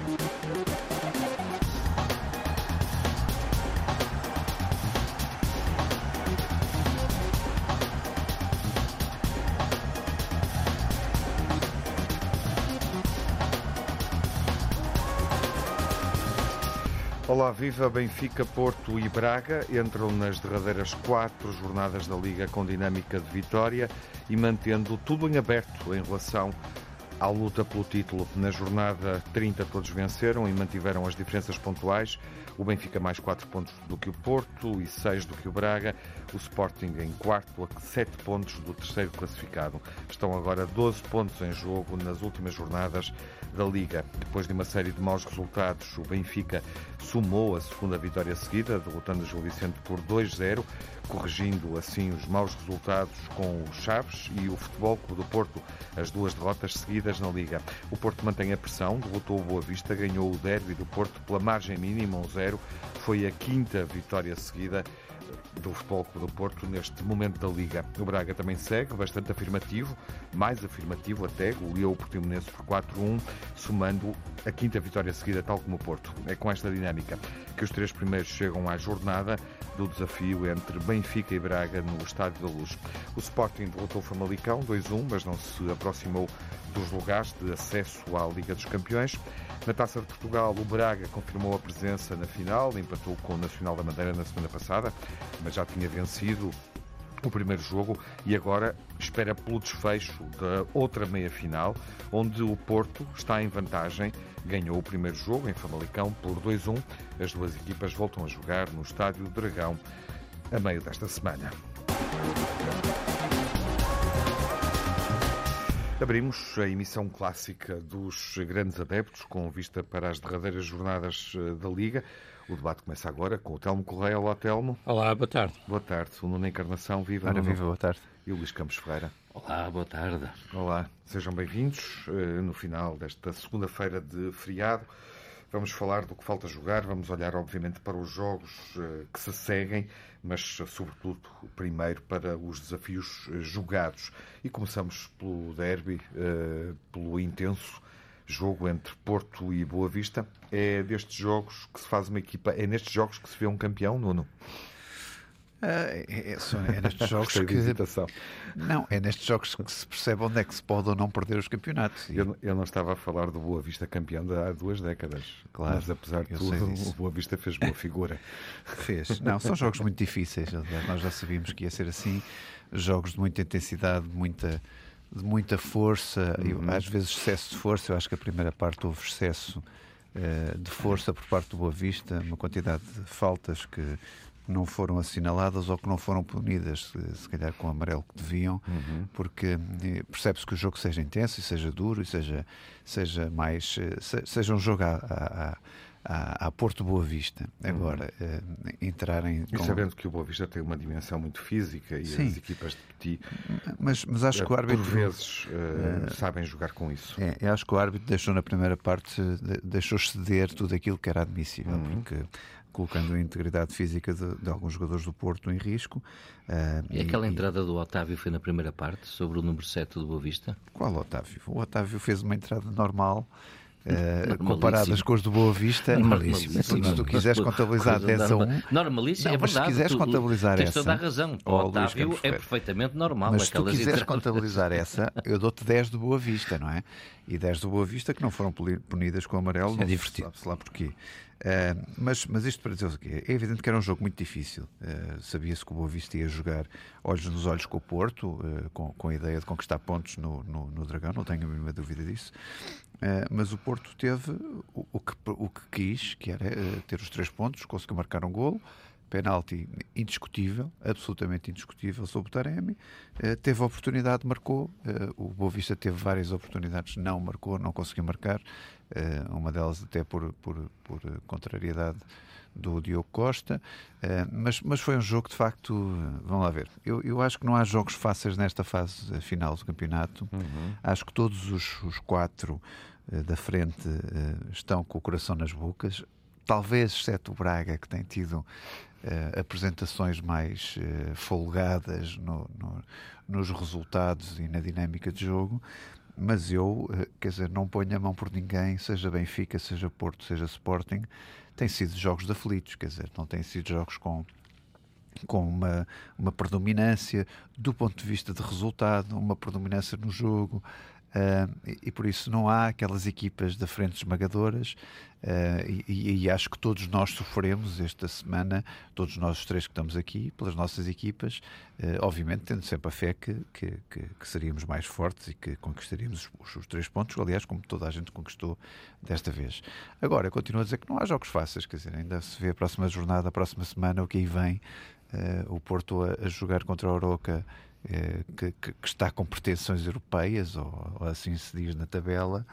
Olá, viva! Benfica, Porto e Braga entram nas derradeiras 4 jornadas da Liga com dinâmica de vitória e mantendo tudo em aberto em relação à luta pelo título. Na jornada 30 todos venceram e mantiveram as diferenças pontuais. O Benfica mais 4 pontos do que o Porto e 6 do que o Braga. O Sporting em quarto a 7 pontos do terceiro classificado. Estão agora 12 pontos em jogo nas últimas jornadas da Liga. Depois de uma série de maus resultados, o Benfica somou a segunda vitória seguida, derrotando o Gil Vicente por 2-0, corrigindo assim os maus resultados com o Chaves e o Futebol Clube do Porto, as duas derrotas seguidas na Liga. O Porto mantém a pressão, derrotou o Boa Vista, ganhou o derby do Porto pela margem mínima, 1-0. Foi a quinta vitória seguida do Futebol Clube do Porto neste momento da Liga. O Braga também segue bastante afirmativo, mais afirmativo até, goleou o Portimonense por 4-1, somando a quinta vitória seguida, tal como o Porto. É com esta dinâmica que os três primeiros chegam à jornada do desafio entre Benfica e Braga no Estádio da Luz. O Sporting derrotou o Famalicão 2-1, mas não se aproximou dos lugares de acesso à Liga dos Campeões. Na Taça de Portugal, o Braga confirmou a presença na final, empatou com o Nacional da Madeira na semana passada, mas já tinha vencido o primeiro jogo e agora espera pelo desfecho da outra meia-final, onde o Porto está em vantagem. Ganhou o primeiro jogo em Famalicão por 2-1. As duas equipas voltam a jogar no Estádio Dragão a meio desta semana. Abrimos a emissão clássica dos grandes adeptos com vista para as derradeiras jornadas da Liga. O debate começa agora com o Telmo Correia. Olá, Telmo. Olá, boa tarde. Boa tarde. O Nuno Encarnação, viva. Ora, viva, boa tarde. E o Luís Campos Ferreira. Olá, boa tarde. Olá, sejam bem-vindos. No final desta segunda-feira de feriado, vamos falar do que falta jogar, vamos olhar, obviamente, para os jogos que se seguem, mas, sobretudo, primeiro para os desafios jogados. E começamos pelo derby, pelo intenso jogo entre Porto e Boa Vista. É destes jogos que se faz uma equipa, é nestes jogos que se vê um campeão, Nuno? É nestes jogos que... Não, é nestes jogos que se percebe onde é que se pode ou não perder os campeonatos. Eu não estava a falar do Boa Vista campeão de há 2 décadas. Claro, mas apesar de tudo, o Boa Vista fez boa figura. Fez. Não, são jogos muito difíceis. Nós já sabíamos que ia ser assim. Jogos de muita intensidade, de muita força, às vezes excesso de força. Eu acho que a primeira parte houve excesso de força por parte do Boa Vista, uma quantidade de faltas que não foram assinaladas ou que não foram punidas, se calhar com o amarelo que deviam, porque percebe-se que o jogo seja intenso e seja duro e seja um jogo à Porto Boa Vista. Agora, entrarem... E sabendo que o Boa Vista tem uma dimensão muito física e Sim. As equipas de Petit, mas acho que o árbitro, por vezes, sabem jogar com isso. Eu acho que o árbitro deixou na primeira parte, deixou ceder tudo aquilo que era admissível, porque colocando a integridade física de alguns jogadores do Porto em risco. E aquela entrada do Otávio foi na primeira parte, sobre o número 7 do Boa Vista? Qual Otávio? O Otávio fez uma entrada normal, comparadas com os do Boa Vista. Normalíssimo. Se tu quiseres contabilizar 10-1... Normalíssimo, é verdade. Se quiseres contabilizar tens essa... toda a razão. O Otávio é perfeitamente normal. Mas se tu quiseres contabilizar essa, eu dou-te 10 do Boa Vista, não é? E 10 do Boa Vista que não foram punidas com o amarelo. É divertido. Sabe-se lá porquê. Mas isto para dizer o quê? É evidente que era um jogo muito difícil. Sabia-se que o Boa Vista ia jogar olhos nos olhos com o Porto, com a ideia de conquistar pontos no Dragão, não tenho a mínima dúvida disso. Mas o Porto teve o que quis, que era ter os 3 pontos, conseguiu marcar um golo, penalti indiscutível, absolutamente indiscutível sobre o Taremi, teve a oportunidade, marcou, o Boa Vista teve várias oportunidades, não marcou, não conseguiu marcar, uma delas até por contrariedade do Diogo Costa, mas foi um jogo de facto, vamos lá ver, eu acho que não há jogos fáceis nesta fase final do campeonato. Acho que todos os 4 da frente estão com o coração nas bocas, talvez exceto o Braga, que tem tido apresentações mais folgadas nos resultados e na dinâmica de jogo, Mas eu, quer dizer, não ponho a mão por ninguém, seja Benfica, seja Porto, seja Sporting. Tem sido jogos de aflitos, quer dizer, não têm sido jogos com uma predominância do ponto de vista de resultado, uma predominância no jogo, e por isso não há aquelas equipas da frente esmagadoras, e acho que todos nós sofremos esta semana, todos nós os três que estamos aqui, pelas nossas equipas, obviamente tendo sempre a fé que seríamos mais fortes e que conquistaríamos os 3 pontos, aliás, como toda a gente conquistou desta vez. Agora, eu continuo a dizer que não há jogos fáceis, quer dizer, ainda se vê a próxima jornada, a próxima semana, o que aí vem, o Porto a jogar contra a Oroca, que está com pretensões europeias, ou assim se diz na tabela,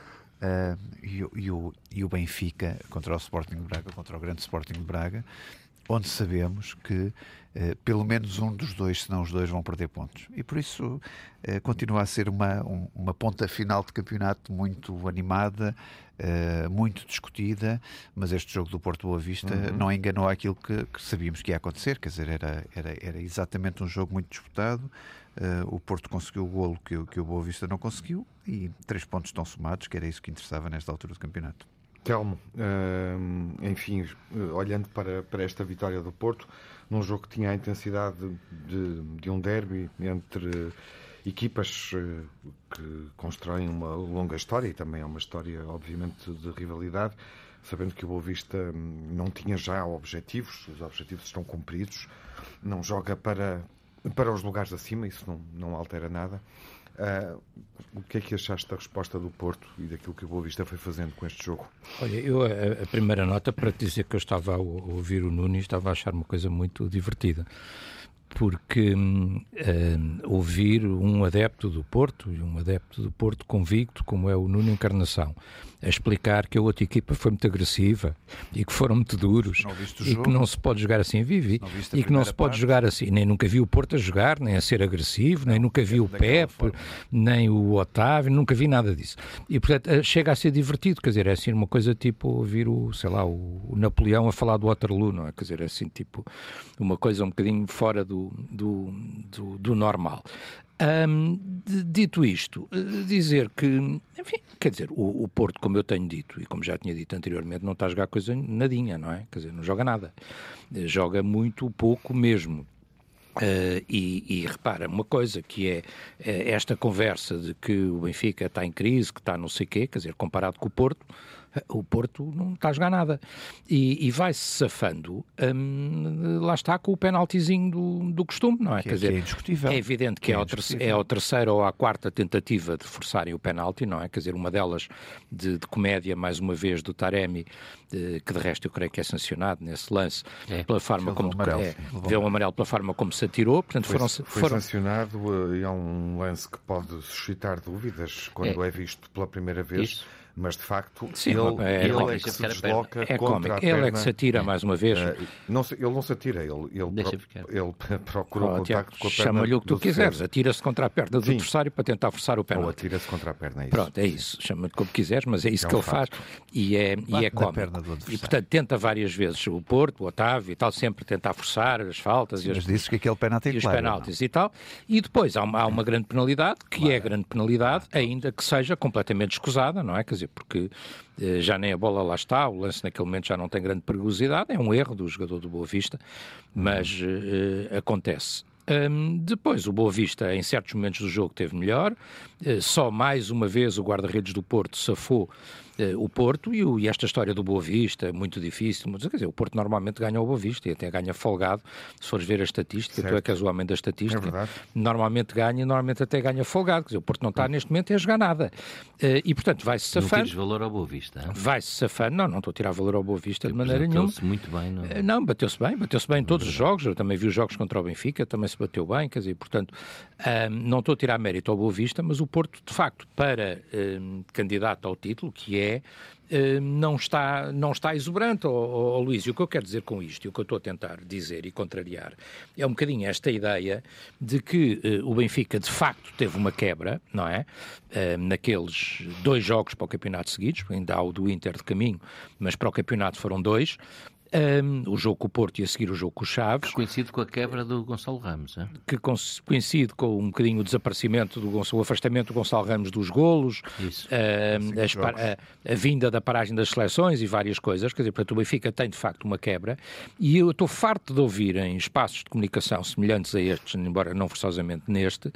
e o Benfica contra o Sporting de Braga, contra o grande Sporting de Braga, onde sabemos que pelo menos um dos dois, se não os dois, vão perder pontos. E por isso continua a ser uma ponta final de campeonato muito animada, muito discutida, mas este jogo do Porto Boa Vista não enganou aquilo que sabíamos que ia acontecer, quer dizer, era exatamente um jogo muito disputado. O Porto conseguiu o golo que o Boa Vista não conseguiu, e 3 pontos estão somados, que era isso que interessava nesta altura do campeonato. Telmo, enfim, olhando para esta vitória do Porto, num jogo que tinha a intensidade de um derby entre equipas que constroem uma longa história, e também é uma história, obviamente, de rivalidade, sabendo que o Boa Vista não tinha já objetivos, os objetivos estão cumpridos, não joga para os lugares acima, isso não altera nada. O que é que achaste da resposta do Porto e daquilo que o Boa Vista foi fazendo com este jogo? Olha, eu a primeira nota, para te dizer que eu estava a ouvir o Nuno e estava a achar uma coisa muito divertida, porque ouvir um adepto do Porto, e um adepto do Porto convicto, como é o Nuno Encarnação, a explicar que a outra equipa foi muito agressiva e que foram muito duros e que não se pode jogar assim, e que não se pode jogar assim, nem nunca vi o Porto a jogar, nem a ser agressivo, nem nunca vi o Pepe, nem o Otávio, nunca vi nada disso. E portanto chega a ser divertido, quer dizer, é assim uma coisa tipo ouvir o Napoleão a falar do Waterloo, não é? Quer dizer, é assim tipo uma coisa um bocadinho fora do normal. Dito isto, dizer que, enfim, quer dizer, o Porto, como eu tenho dito e como já tinha dito anteriormente, não está a jogar coisa nadinha, não é? Quer dizer, não joga nada. Joga muito pouco mesmo. E repara, uma coisa que é esta conversa de que o Benfica está em crise, que está não sei o quê, quer dizer, comparado com o Porto não está a jogar nada. E vai-se safando, lá está, com o penaltizinho do costume, não é? Quer dizer, é indiscutível. É evidente que é a terceira ou a quarta tentativa de forçarem o penalti, não é? Quer dizer, uma delas de comédia, mais uma vez, do Taremi, que de resto eu creio que é sancionado nesse lance, pela forma como deu um amarelo pela forma como se atirou. Portanto, foi sancionado, e há um lance que pode suscitar dúvidas quando é visto pela primeira vez. Isso. Mas, de facto, sim, ele é que se desloca contra a perna. Ele é que se atira mais uma vez. Ele não se atira, ele procura o contacto com a perna. Chama-lhe o que tu quiseres, atira-se contra a perna do adversário para tentar forçar o penalti. Ou atira-se contra a perna, é isso. Pronto, é isso. Chama-lhe como quiseres, mas é isso que ele faz. E é cómico. E, portanto, tenta várias vezes o Porto, o Otávio e tal, sempre tentar forçar as faltas. Mas disse que aquele penalti é claro. Os penaltis e tal. E depois há uma grande penalidade, que é grande penalidade, ainda que seja completamente escusada, não é? Quer dizer, porque já nem a bola lá está, o lance naquele momento já não tem grande perigosidade, é um erro do jogador do Boa Vista, mas acontece. Depois o Boa Vista em certos momentos do jogo teve melhor, só mais uma vez o guarda-redes do Porto safou o Porto e esta história do Boa Vista, muito difícil, mas quer dizer, o Porto normalmente ganha o Boa Vista e até ganha folgado, se fores ver a estatística, certo. Tu é que és o homem da estatística, normalmente ganha e normalmente até ganha folgado, quer dizer, o Porto não está neste momento a jogar nada e portanto vai-se safando. Não tires valor ao Boa Vista? Vai-se safando, não estou a tirar valor ao Boa Vista de maneira nenhuma. Bateu-se muito bem, não? Não, bateu-se bem em todos os jogos, eu também vi os jogos contra o Benfica, também se bateu bem, quer dizer, portanto, não estou a tirar mérito ao Boa Vista, mas o Porto, de facto, para candidato ao título, que é, não está exuberante, Luís, e o que eu quero dizer com isto, e o que eu estou a tentar dizer e contrariar, é um bocadinho esta ideia de que o Benfica, de facto, teve uma quebra, não é? Naqueles 2 jogos para o campeonato seguidos, ainda há o do Inter de caminho, mas para o campeonato foram 2, o jogo com o Porto e a seguir o jogo com o Chaves. Que coincide com a quebra do Gonçalo Ramos, é? Que coincide com um bocadinho o desaparecimento, o afastamento do Gonçalo Ramos dos golos, a vinda da paragem das seleções e várias coisas. Quer dizer, portanto, o Benfica tem de facto uma quebra, e eu estou farto de ouvir em espaços de comunicação semelhantes a estes, embora não forçosamente neste,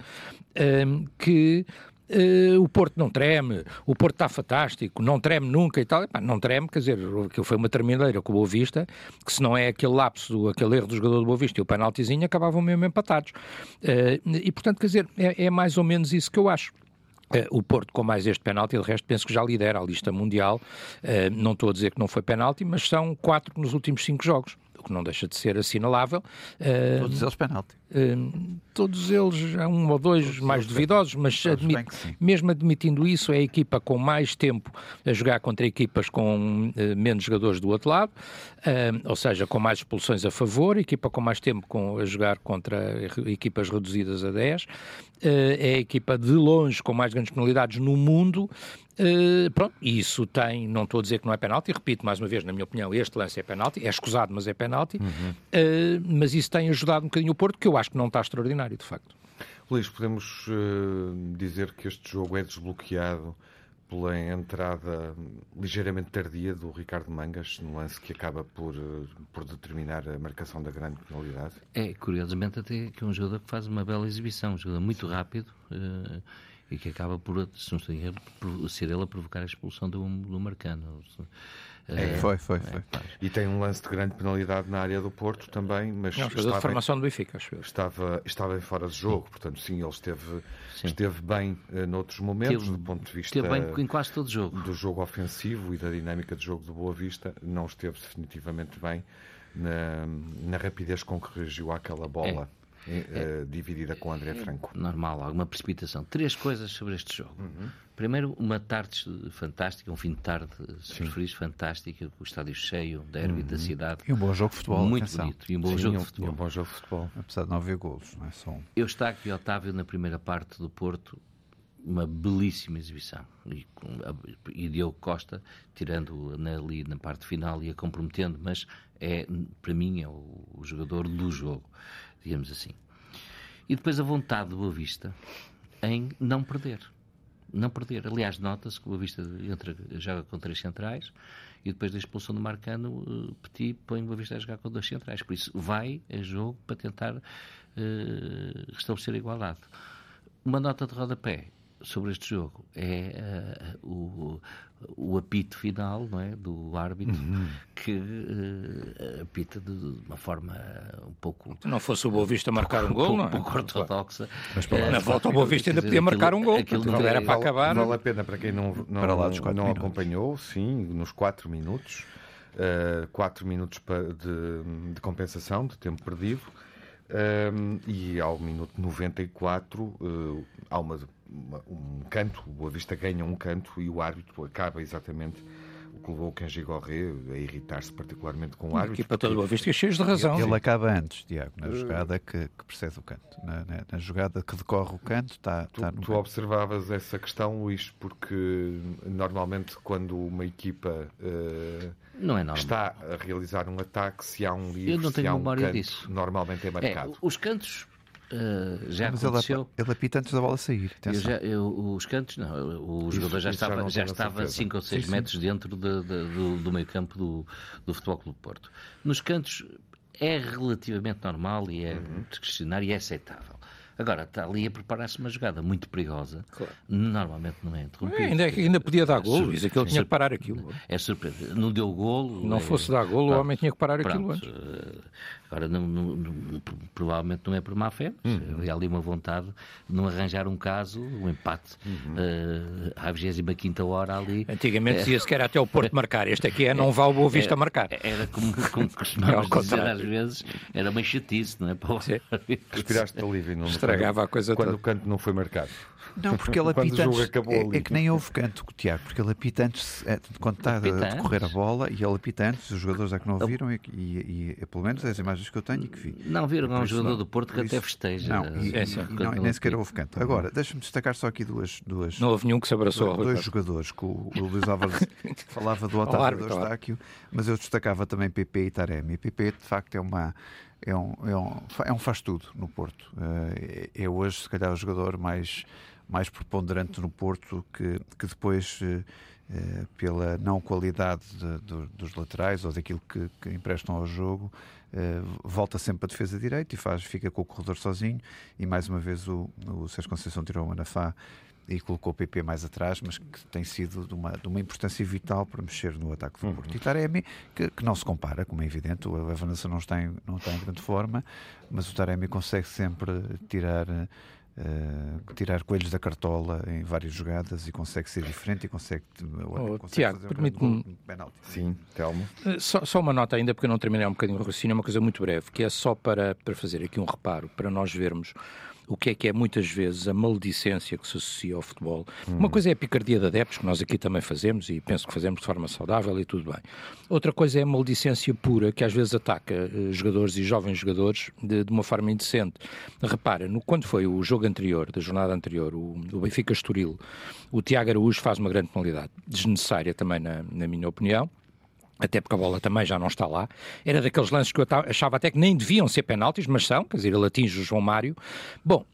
que o Porto não treme, o Porto está fantástico, não treme nunca e tal. Epá, não treme, quer dizer, aquilo foi uma tremedeira com o Boa Vista, que se não é aquele lapso, aquele erro do jogador do Boa Vista e o penaltizinho, acabavam mesmo empatados. E portanto, quer dizer, é mais ou menos isso que eu acho. O Porto, com mais este penalti, de resto penso que já lidera a lista mundial. Não estou a dizer que não foi penalti, mas são 4 nos últimos 5 jogos, o que não deixa de ser assinalável. Todos eles penalti. Todos eles, há um ou dois todos mais duvidosos, mas mesmo admitindo isso, é a equipa com mais tempo a jogar contra equipas com menos jogadores do outro lado, ou seja, com mais expulsões a favor, equipa com mais tempo a jogar contra equipas reduzidas a 10, é a equipa de longe com mais grandes penalidades no mundo. Pronto, e isso tem, não estou a dizer que não é penalti, repito mais uma vez, na minha opinião, este lance é penalti, é escusado, mas é penalti, mas isso tem ajudado um bocadinho o Porto, que eu acho que não está extraordinário, de facto. Luís, podemos dizer que este jogo é desbloqueado pela entrada ligeiramente tardia do Ricardo Mangas, no lance que acaba por determinar a marcação da grande penalidade? É, curiosamente, até que é um jogador que faz uma bela exibição, um jogador muito rápido, e que acaba por, se não estou em erro, por ser ele a provocar a expulsão do Marcano. Foi. E tem um lance de grande penalidade na área do Porto também, mas de formação do Benfica, acho eu. Estava em fora de jogo, portanto, sim, ele esteve bem noutros momentos, do ponto de vista esteve bem em quase todo o jogo. Do jogo ofensivo e da dinâmica de jogo do Boa Vista, não esteve definitivamente bem na rapidez com que reagiu àquela bola. Dividida com o André Franco. Normal, alguma precipitação. 3 coisas sobre este jogo. Primeiro, uma tarde fantástica, um fim de tarde, se preferires, fantástica, com o estádio cheio, derby da cidade. E um bom jogo de futebol. Muito bonito. E um bom jogo de futebol. E um bom jogo de futebol. Apesar de não haver golos, não é só um. Eustáquio e Otávio na primeira parte do Porto, uma belíssima exibição. E Diogo Costa, tirando ali na parte final e a comprometendo, mas para mim é o jogador do jogo, digamos assim. E depois a vontade do Boa Vista em não perder. Não perder. Aliás, nota-se que o Boa Vista joga com 3 centrais e depois da expulsão do Marcano, Petit põe o Boa Vista a jogar com 2 centrais. Por isso, vai a jogo para tentar restabelecer a igualdade. Uma nota de rodapé sobre este jogo é o apito final, não é, do árbitro, que apita de uma forma um pouco... Se não fosse o Boa Vista marcar um gol, não é? Um pouco ortodoxa. Mas na volta ao Boa Vista ainda podia marcar um gol. Aquilo era para acabar. Vale a pena para quem não acompanhou, sim, nos 4 minutos. 4 minutos de compensação, de tempo perdido. E ao minuto 94 há um canto, o Boa Vista ganha um canto e o árbitro acaba exatamente o que levou o Kenji Gorré a irritar-se particularmente com o árbitro. A equipa toda do Boa Vista é cheia de razão. Ele acaba antes, Tiago, na jogada que precede o canto. Na jogada que decorre o canto está no canto. Tu observavas essa questão, Luís, porque normalmente quando uma equipa não é está a realizar um ataque, se há um livre, eu não tenho se há um memória canto, disso. Normalmente é marcado. Os cantos já mas aconteceu. Ele apita antes da bola sair. Os cantos, não. O jogador já estava 5 ou 6 metros dentro do meio campo do Futebol Clube Porto. Nos cantos é relativamente normal e é discricionário e é aceitável. Agora, está ali a preparar-se uma jogada muito perigosa. Claro. Normalmente não é interrompido. Ainda podia dar golo, isso aquilo tinha que parar aquilo. É surpreendente. Não deu golo. Não fosse dar golo, o homem tinha que parar aquilo antes. Agora, provavelmente não é por má fé, mas havia ali uma vontade de não arranjar um caso, um empate, à 25ª hora ali. Antigamente dizia-se que era até o Porto marcar. Este aqui não vá o Boa Vista marcar. Era como costumamos dizer às vezes, era uma chatice, não é? Respiraste alívio, não? Estragava a coisa quando toda. O canto não foi marcado. Não, porque ele Quando apita o jogo antes. acabou ali. É que nem houve canto, Tiago, porque ele apita antes, quando está a decorrer a bola, e ele apita antes, os jogadores é que não viram, e pelo menos as imagens que eu tenho e que vi. Não viram um jogador do Porto que até festeja. Não, nem sequer houve canto. Agora, deixa-me destacar só aqui duas. Não houve nenhum que se abraçou. Dois jogadores, que o Luís Álvares falava do Otávio do Eustáquio, mas eu destacava também PP e Taremi. PP, de facto, é um faz-tudo no Porto. É hoje, se calhar, o jogador mais preponderante no Porto, que depois, pela não qualidade dos laterais ou daquilo que emprestam ao jogo, volta sempre a defesa direita e fica com o corredor sozinho. E mais uma vez o Sérgio Conceição tirou o Manafá e colocou o PP mais atrás, mas que tem sido de uma importância vital para mexer no ataque do Porto. E Taremi, que não se compara, como é evidente, o Evanilson não está em grande forma, mas o Taremi consegue sempre tirar coelhos da cartola em várias jogadas e consegue ser diferente e consegue Tiago, permite-me... Sim, Telmo. Só uma nota ainda, porque eu não terminei um bocadinho o raciocínio, uma coisa muito breve, que é só para fazer aqui um reparo, para nós vermos o que é muitas vezes a maledicência que se associa ao futebol. Uma coisa é a picardia de adeptos, que nós aqui também fazemos, e penso que fazemos de forma saudável e tudo bem. Outra coisa é a maledicência pura, que às vezes ataca jogadores e jovens jogadores de uma forma indecente. Repara, quando foi o jogo anterior, da jornada anterior, o Benfica-Estoril, o Tiago Araújo faz uma grande penalidade, desnecessária também na minha opinião, até porque a bola também já não está lá. Era daqueles lances que eu achava até que nem deviam ser penaltis, mas são, quer dizer, ele atinge o João Mário. Bom,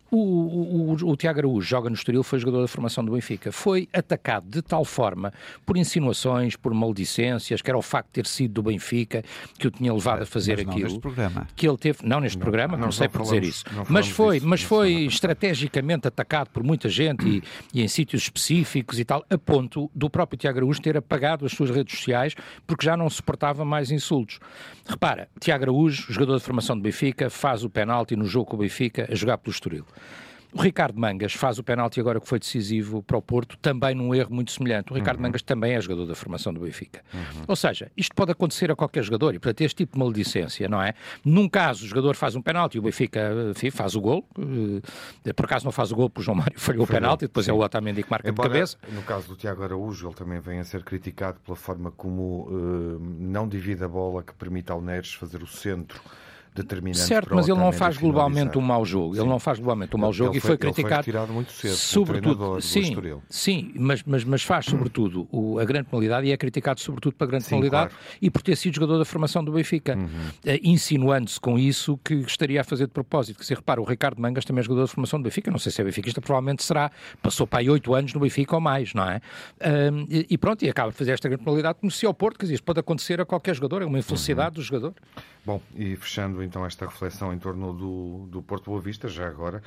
o Tiago Araújo joga no Estoril, foi jogador da formação do Benfica. Foi atacado de tal forma por insinuações, por maledicências, que era o facto de ter sido do Benfica, que o tinha levado a fazer mas não aquilo. neste programa. Que ele teve, não neste programa, não sei por dizer isso. Mas foi estrategicamente atacado por muita gente e em sítios específicos e tal, a ponto do próprio Tiago Araújo ter apagado as suas redes sociais, porque já não suportava mais insultos. Repara, Tiago Araújo, jogador de formação do Benfica, faz o penalti no jogo com o Benfica a jogar pelo Estoril. O Ricardo Mangas faz o penalti agora que foi decisivo para o Porto, também num erro muito semelhante. O Ricardo Mangas também é jogador da formação do Benfica. Ou seja, isto pode acontecer a qualquer jogador e, portanto, este tipo de maledicência, não é? Num caso, o jogador faz um penalti e o Benfica, enfim, faz o gol. Por acaso não faz o gol porque o João Mário falhou o penalti, depois é o Otamendi que marca de cabeça. No caso do Tiago Araújo, ele também vem a ser criticado pela forma como não divide a bola, que permite ao Neres fazer o centro determinante. Certo, mas ele não faz globalmente um mau jogo. Ele não faz globalmente um mau jogo e foi criticado. Ele foi retirado muito cedo, sobretudo, sim, mas faz sobretudo a grande penalidade e é criticado sobretudo pela grande penalidade, claro, e por ter sido jogador da formação do Benfica, insinuando-se com isso que estaria a fazer de propósito. Que se repara, o Ricardo Mangas também é jogador da formação do Benfica, não sei se é benfiquista, provavelmente será, passou para aí 8 anos no Benfica ou mais, não é? E pronto, e acaba de fazer esta grande penalidade, conhecia ao Porto, quer dizer, isto pode acontecer a qualquer jogador, é uma infelicidade do jogador. Bom, e fechando então esta reflexão em torno do Porto Boa Vista, já agora,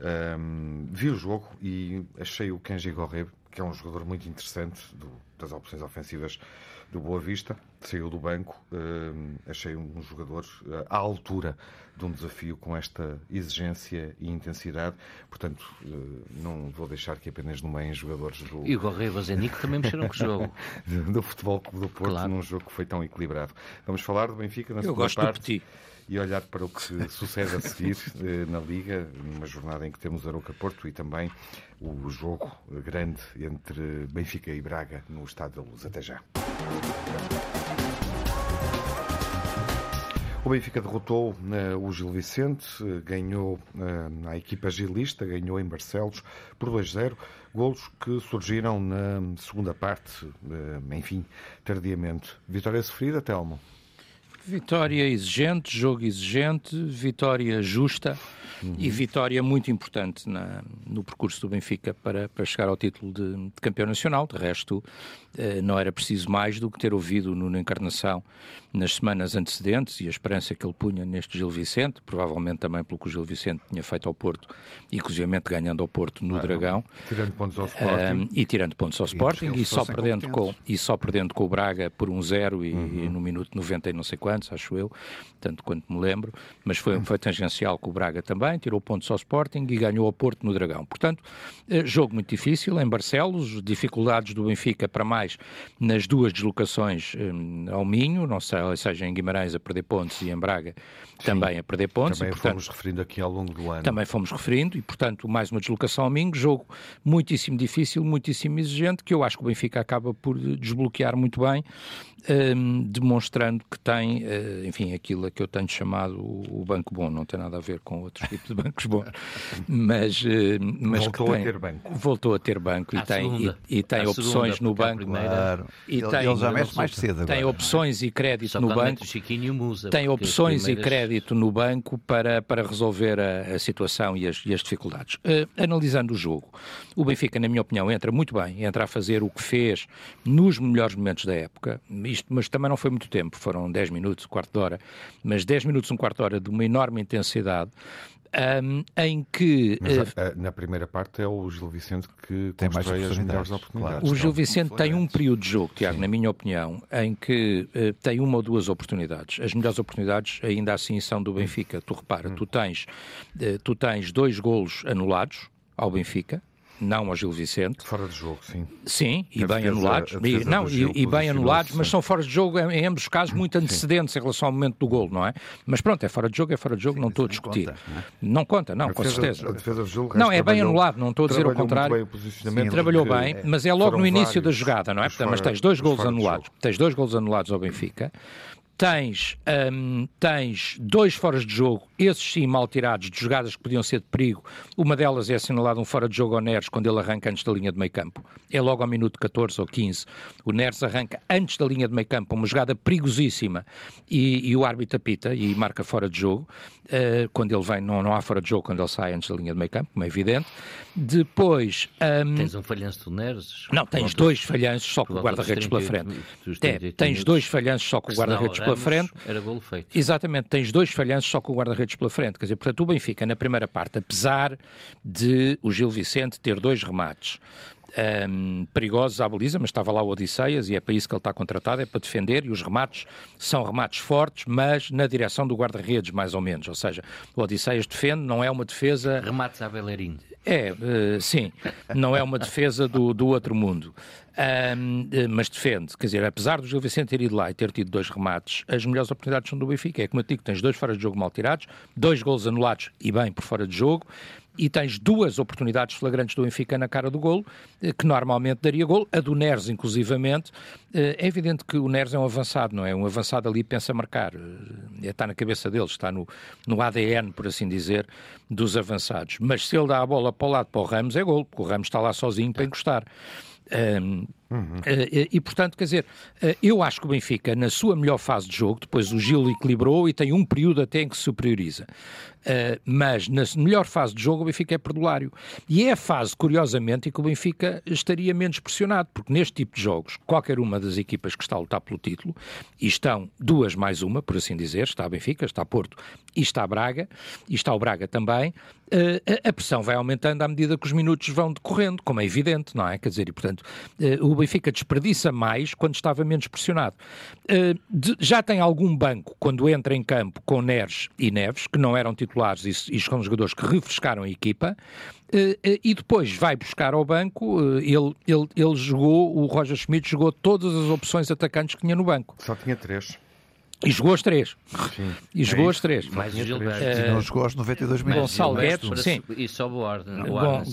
vi o jogo e achei o Kenji Gorré, que é um jogador muito interessante das opções ofensivas do Boa Vista, saiu do banco, achei um jogador à altura de um desafio com esta exigência e intensidade, portanto não vou deixar que apenas nomeiem jogadores do... E o Gorré e o Vazenico também mexeram com o jogo. do Futebol Clube do Porto, claro, num jogo que foi tão equilibrado. Vamos falar do Benfica na segunda parte e olhar para o que sucede a seguir na Liga, numa jornada em que temos Arouca Porto e também o jogo grande entre Benfica e Braga no Estádio da Luz. Até já. O Benfica derrotou o Gil Vicente, ganhou a equipa gilista, ganhou em Barcelos por 2-0, golos que surgiram na segunda parte, enfim, tardiamente. Vitória sofrida, Telmo? Vitória exigente, jogo exigente, vitória justa e vitória muito importante no percurso do Benfica para chegar ao título de campeão nacional. De resto, não era preciso mais do que ter ouvido Nuno Encarnação nas semanas antecedentes e a esperança que ele punha neste Gil Vicente, provavelmente também pelo que o Gil Vicente tinha feito ao Porto, inclusivamente ganhando ao Porto no Dragão. Tirando pontos ao Sporting. E tirando pontos ao Sporting e só perdendo com o Braga por 1-0 e no minuto 90 e não sei quanto. antes, acho eu, tanto quanto me lembro, mas foi tangencial com o Braga também, tirou pontos ao Sporting e ganhou ao Porto no Dragão. Portanto, jogo muito difícil em Barcelos, dificuldades do Benfica para mais nas duas deslocações ao Minho, não sei, seja em Guimarães a perder pontos e em Braga também a perder pontos. Também e, portanto, fomos referindo aqui ao longo do ano. Também fomos referindo e, portanto, mais uma deslocação ao Minho, jogo muitíssimo difícil, muitíssimo exigente, que eu acho que o Benfica acaba por desbloquear muito bem, demonstrando que tem, enfim, aquilo a que eu tenho chamado o banco bom, não tem nada a ver com outros tipos de bancos bons, mas voltou a ter banco. Voltou a ter banco e tem opções no banco. Claro. E ele já mexe mais cedo agora. Tem opções e crédito no banco. Musa, tem opções e crédito no banco para resolver a situação e as dificuldades. Analisando o jogo, o Benfica, na minha opinião, entra muito bem, entra a fazer o que fez nos melhores momentos da época, mas também não foi muito tempo, foram 10 minutos, um quarto de hora, mas 10 minutos, um quarto de hora de uma enorme intensidade, em que... Mas, na primeira parte é o Gil Vicente que tem mais as melhores oportunidades. Claro. O Gil Vicente tem um período de jogo, Tiago, na minha opinião, em que tem uma ou duas oportunidades. As melhores oportunidades ainda assim são do Benfica. Tu repara, tu tens 2 golos anulados ao Benfica, não ao Gil Vicente. Fora de jogo, sim. Sim, e bem anulados. E bem anulados, mas são fora de jogo, em ambos os casos, muito antecedentes em relação ao momento do golo, não é? Mas pronto, é fora de jogo, sim, não estou a discutir. Não conta, com certeza. A defesa do Gil, não, é bem anulado, não estou a dizer o contrário. Trabalhou bem, mas é logo no início da jogada, não é? Mas tens 2 golos anulados. Tens 2 golos anulados ao Benfica. Tens 2 foras de jogo, esses sim mal tirados, de jogadas que podiam ser de perigo. Uma delas é assinalada um fora de jogo ao Neres quando ele arranca antes da linha de meio campo. É logo ao minuto 14 ou 15. O Neres arranca antes da linha de meio campo, uma jogada perigosíssima, e o árbitro apita e marca fora de jogo. Quando ele vem, não há fora de jogo quando ele sai antes da linha de meio campo, como é evidente. Depois... tens um falhanço do Neres? Não, tens 2 falhanços só com o guarda-redes pela frente. Tens 2 falhanços só com o guarda-redes pela frente. Era golo feito. Exatamente, tens 2 falhanços só com o guarda-redes pela frente. Quer dizer, portanto, o Benfica, na primeira parte, apesar de o Gil Vicente ter 2 remates perigosos à baliza, mas estava lá o Odisseias e é para isso que ele está contratado, é para defender, e os remates são remates fortes, mas na direção do guarda-redes, mais ou menos. Ou seja, o Odisseias defende, não é uma defesa... Remates à Bellerin. Sim, não é uma defesa do outro mundo. Mas defende, quer dizer, apesar do Gil Vicente ter ido lá e ter tido 2 remates, as melhores oportunidades são do Benfica. É como eu digo, tens 2 fora de jogo mal tirados, 2 golos anulados e bem por fora de jogo, e tens 2 oportunidades flagrantes do Benfica na cara do golo, que normalmente daria golo, a do Neres inclusivamente. É evidente que o Neres é um avançado, não é? Um avançado ali pensa marcar, está na cabeça dele, está no ADN, por assim dizer, dos avançados. Mas se ele dá a bola para o lado, para o Ramos, é golo, porque o Ramos está lá sozinho para encostar. E portanto, quer dizer, eu acho que o Benfica, na sua melhor fase de jogo, depois o Gil equilibrou e tem um período até em que se superioriza, mas na melhor fase de jogo o Benfica é perdulário, e é a fase, curiosamente, em que o Benfica estaria menos pressionado, porque neste tipo de jogos, qualquer uma das equipas que está a lutar pelo título, e estão 2 mais uma, por assim dizer, está a Benfica, está a Porto e está a Braga, e está o Braga também, a pressão vai aumentando à medida que os minutos vão decorrendo, como é evidente, não é? Quer dizer, e portanto, o Benfica desperdiça mais quando estava menos pressionado. Já tem algum banco quando entra em campo com Neres e Neves, que não eram titulares e são jogadores que refrescaram a equipa, e depois vai buscar ao banco, ele jogou, o Roger Schmidt jogou todas as opções atacantes que tinha no banco. Só tinha 3. E jogou as 3. Sim. E jogou as 3. Mais o Gilberto. Não jogou aos 92 minutos. Gonçalo Guedes, sim. E sobe o Arden.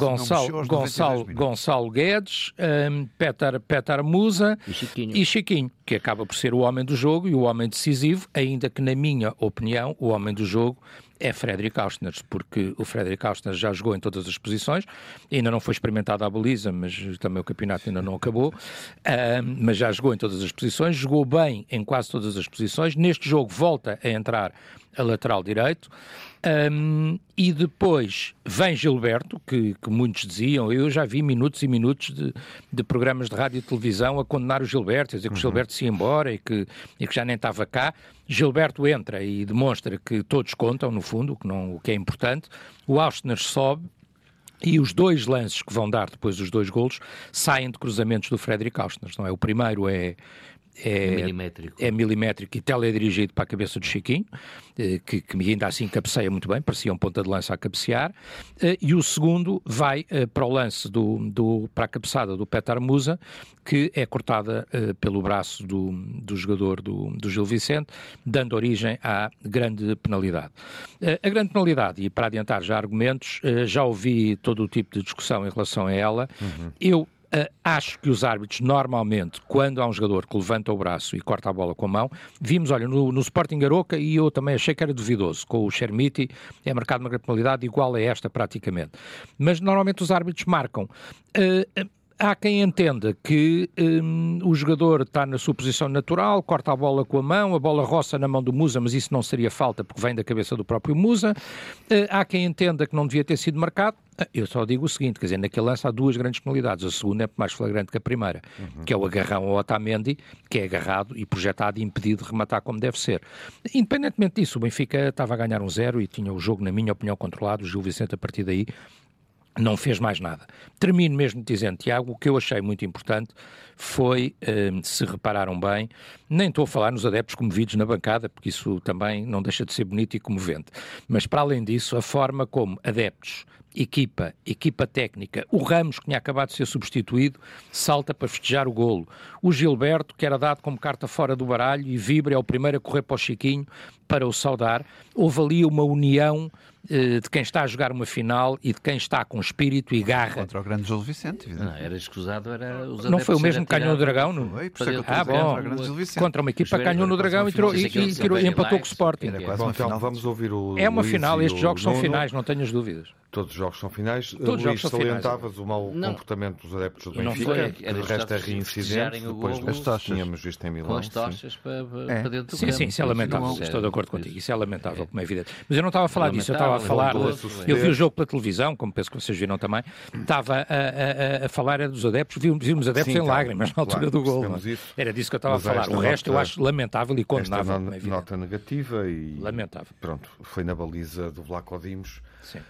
Gonçalo Guedes, Petar Musa e Chiquinho, que acaba por ser o homem do jogo e o homem decisivo, ainda que, na minha opinião, o homem do jogo é Fredrik Austners, porque o Fredrik Austners já jogou em todas as posições, ainda não foi experimentado à baliza, mas também o campeonato ainda não acabou, mas já jogou em todas as posições, jogou bem em quase todas as posições. Neste jogo volta a entrar a lateral direito, e depois vem Gilberto, que muitos diziam, eu já vi minutos e minutos de programas de rádio e televisão a condenar o Gilberto, a dizer que o Gilberto se ia embora e que já nem estava cá. Gilberto entra e demonstra que todos contam, no fundo, o que é importante. O Austners sobe, e os 2 lances que vão dar depois os 2 golos saem de cruzamentos do Fredrik Austners, não é? O primeiro é é milimétrico e teledirigido para a cabeça do Chiquinho, que ainda assim cabeceia muito bem, parecia um ponta de lança a cabecear, e o segundo vai para o lance para a cabeçada do Petar Musa, que é cortada pelo braço do jogador do Gil Vicente, dando origem à grande penalidade. A grande penalidade, e para adiantar já argumentos, já ouvi todo o tipo de discussão em relação a ela. Eu acho que os árbitros, normalmente, quando há um jogador que levanta o braço e corta a bola com a mão, vimos, olha, no Sporting Aroca, e eu também achei que era duvidoso, com o Chermiti, é marcado uma penalidade igual a esta, praticamente. Mas, normalmente, os árbitros marcam. Há quem entenda que o jogador está na sua posição natural, corta a bola com a bola roça na mão do Musa, mas isso não seria falta porque vem da cabeça do próprio Musa. Há quem entenda que não devia ter sido marcado. Eu só digo o seguinte, quer dizer, naquele lance há duas grandes penalidades. A segunda é mais flagrante que a primeira, que é o agarrão ao Otamendi, que é agarrado e projetado e impedido de rematar como deve ser. Independentemente disso, o Benfica estava a ganhar 1-0 e tinha o jogo, na minha opinião, controlado. O Gil Vicente, a partir daí, não fez mais nada. Termino mesmo dizendo, Tiago, o que eu achei muito importante foi, se repararam bem, nem estou a falar nos adeptos comovidos na bancada, porque isso também não deixa de ser bonito e comovente, mas para além disso, a forma como adeptos, equipa técnica, o Ramos, que tinha acabado de ser substituído, salta para festejar o golo. O Gilberto, que era dado como carta fora do baralho e vibra, é o primeiro a correr para o Chiquinho para o saudar. Houve ali uma união de quem está a jogar uma final e de quem está com espírito e garra. Contra o grande Gil Vicente. Não, era escusado, era os não foi o mesmo que ganhou no Dragão? Contra uma equipa que ganhou no Dragão e empatou com o Sporting. Bom, então vamos ouvir o É uma Luís final, estes jogos são Nuno. finais, não tenhas dúvidas. Todos os jogos são finais. Todos os jogos Luís, são finais. salientavas o mau comportamento dos adeptos do Benfica, o resto é reincidente, depois do que tínhamos visto em Milão. Com as tochas para dentro do sim, campo. Sim, isso é lamentável, estou de acordo contigo, isso é lamentável, como é evidente. Mas eu não estava a falar disso, eu estava a falar, eu vi o jogo pela televisão, como penso que vocês viram também, estava a falar dos adeptos, vimos adeptos em lágrimas na altura do gol. Era disso que eu estava a falar. O resto eu acho lamentável e condenável. Esta nota negativa e... Lamentável. Pronto, foi na baliza do Vlaco Dimos. Sim.